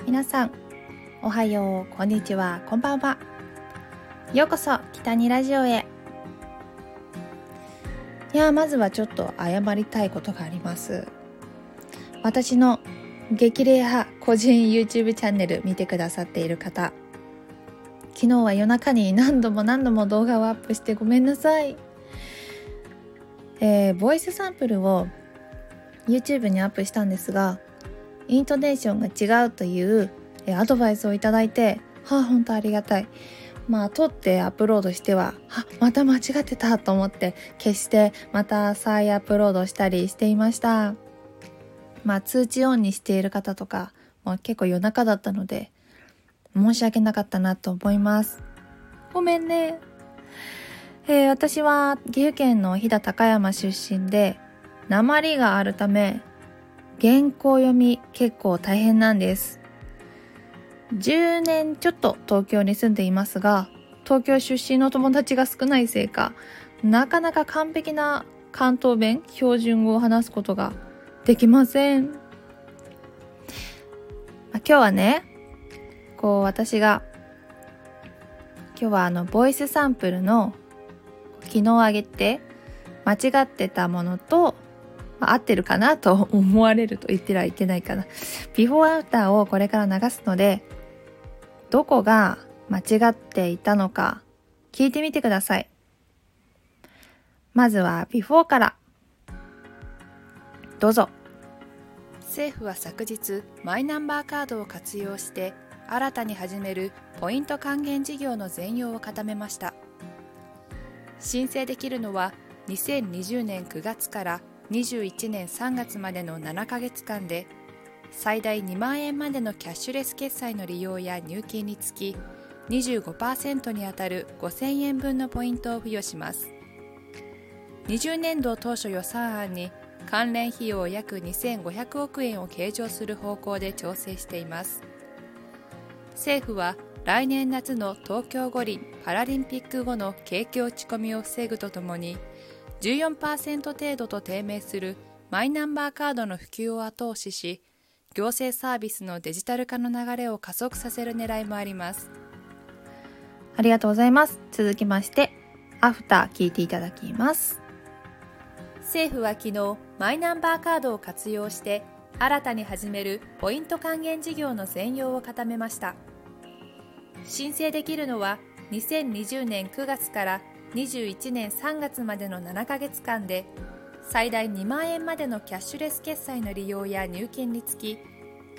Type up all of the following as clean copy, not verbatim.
皆さんおはよう、こんにちは、こんばんは。ようこそ北にラジオへ。まずはちょっと謝りたいことがあります。私の激レア個人 YouTube チャンネル見てくださっている方、昨日は夜中に何度も動画をアップしてごめんなさい。ボイスサンプルを YouTube にアップしたんですが、イントネーションが違うというアドバイスをいただいて、本当ありがたい。撮ってアップロードしてはまた間違ってたと思って消してまた再アップロードしたりしていました。通知オンにしている方とか結構夜中だったので申し訳なかったなと思います。ごめんね。私は岐阜県の飛騨高山出身で、訛りがあるため原稿読み結構大変なんです。10年ちょっと東京に住んでいますが、東京出身の友達が少ないせいか、なかなか完璧な関東弁、標準語を話すことができません。今日はね、私が今日はボイスサンプルの昨日あげて間違ってたものと合ってるかなと思われると言ってはいけないかな。ビフォーアフターをこれから流すので、どこが間違っていたのか聞いてみてください。まずはビフォーからどうぞ。政府は昨日マイナンバーカードを活用して新たに始めるポイント還元事業の全容を固めました。申請できるのは2020年9月から21年3月までの7ヶ月間で、最大2万円までのキャッシュレス決済の利用や入金につき 25% にあたる5000円分のポイントを付与します。20年度当初予算案に関連費用約2500億円を計上する方向で調整しています。政府は来年夏の東京五輪・パラリンピック後の景気落ち込みを防ぐとともに、14% 程度と低迷するマイナンバーカードの普及を後押しし、行政サービスのデジタル化の流れを加速させる狙いもあります。ありがとうございます。続きまして、アフター聞いていただきます。政府は昨日、マイナンバーカードを活用して新たに始めるポイント還元事業の全容を固めました。申請できるのは2020年9月から21年3月までの7ヶ月間で、最大2万円までのキャッシュレス決済の利用や入金につき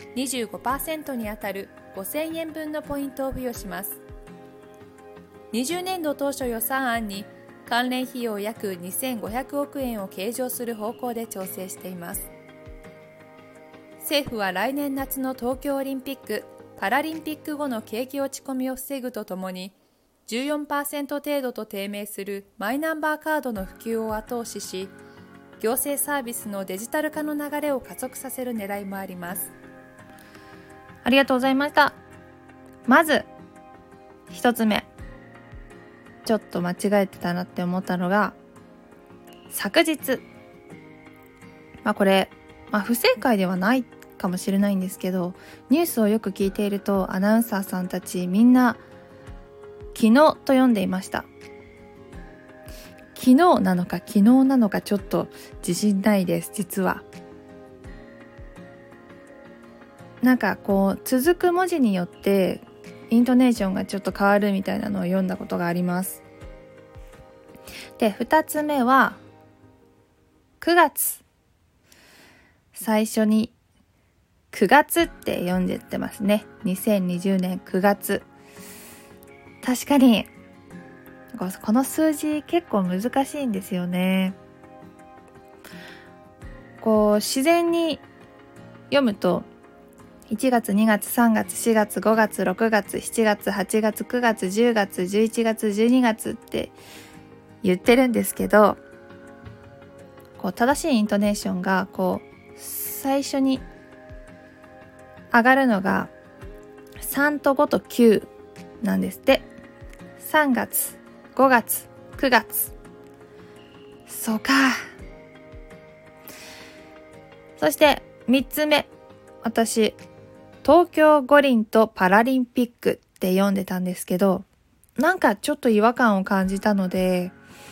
25% にあたる5000円分のポイントを付与します。20年度当初予算案に関連費用約2500億円を計上する方向で調整しています。政府は来年夏の東京オリンピック・パラリンピック後の景気落ち込みを防ぐとともに、14% 程度と低迷するマイナンバーカードの普及を後押しし、行政サービスのデジタル化の流れを加速させる狙いもあります。ありがとうございました。まず一つ目、ちょっと間違えてたなって思ったのが、昨日これ、不正解ではないかもしれないんですけど、ニュースをよく聞いているとアナウンサーさんたちみんな昨日と読んでいました。昨日なのか昨日なのかちょっと自信ないです。実は続く文字によってイントネーションがちょっと変わるみたいなのを読んだことがあります。で、2つ目は9月、最初に9月って読んでってますね。2020年9月。確かにこの数字結構難しいんですよね。自然に読むと1月、2月、3月、4月、5月、6月、7月、8月、9月、10月、11月、12月って言ってるんですけど、正しいイントネーションが最初に上がるのが3と5と9なんですって。3月、5月、9月。そうか。そして3つ目、私東京五輪とパラリンピックって読んでたんですけど、なんかちょっと違和感を感じたので、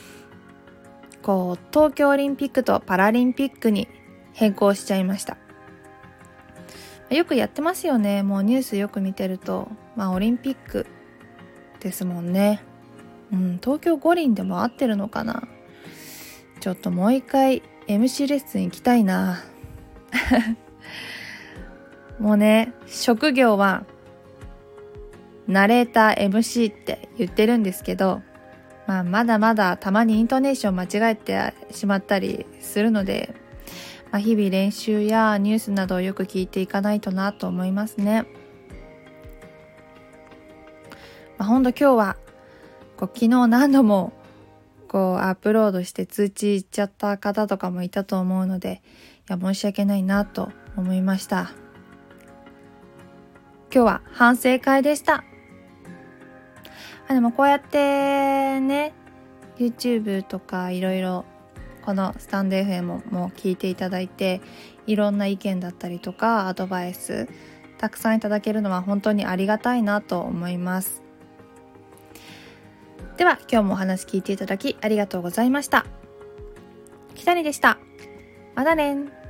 東京オリンピックとパラリンピックに変更しちゃいました。よくやってますよね。もうニュースよく見てると、オリンピックですもんね。東京五輪でも合ってるのかな。ちょっともう一回 MC レッスン行きたいな。もうね、職業はナレーター MC って言ってるんですけど、まだまだたまにイントネーション間違えてしまったりするので、日々練習やニュースなどをよく聞いていかないとなと思いますね。ほんと今日は昨日何度もアップロードして通知いっちゃった方とかもいたと思うので、申し訳ないなと思いました。今日は反省会でした。でもこうやってね、YouTube とかいろいろこのスタンド FM も聞いていただいて、いろんな意見だったりとかアドバイスたくさんいただけるのは本当にありがたいなと思います。では今日もお話聞いていただきありがとうございました。北にでした。またね。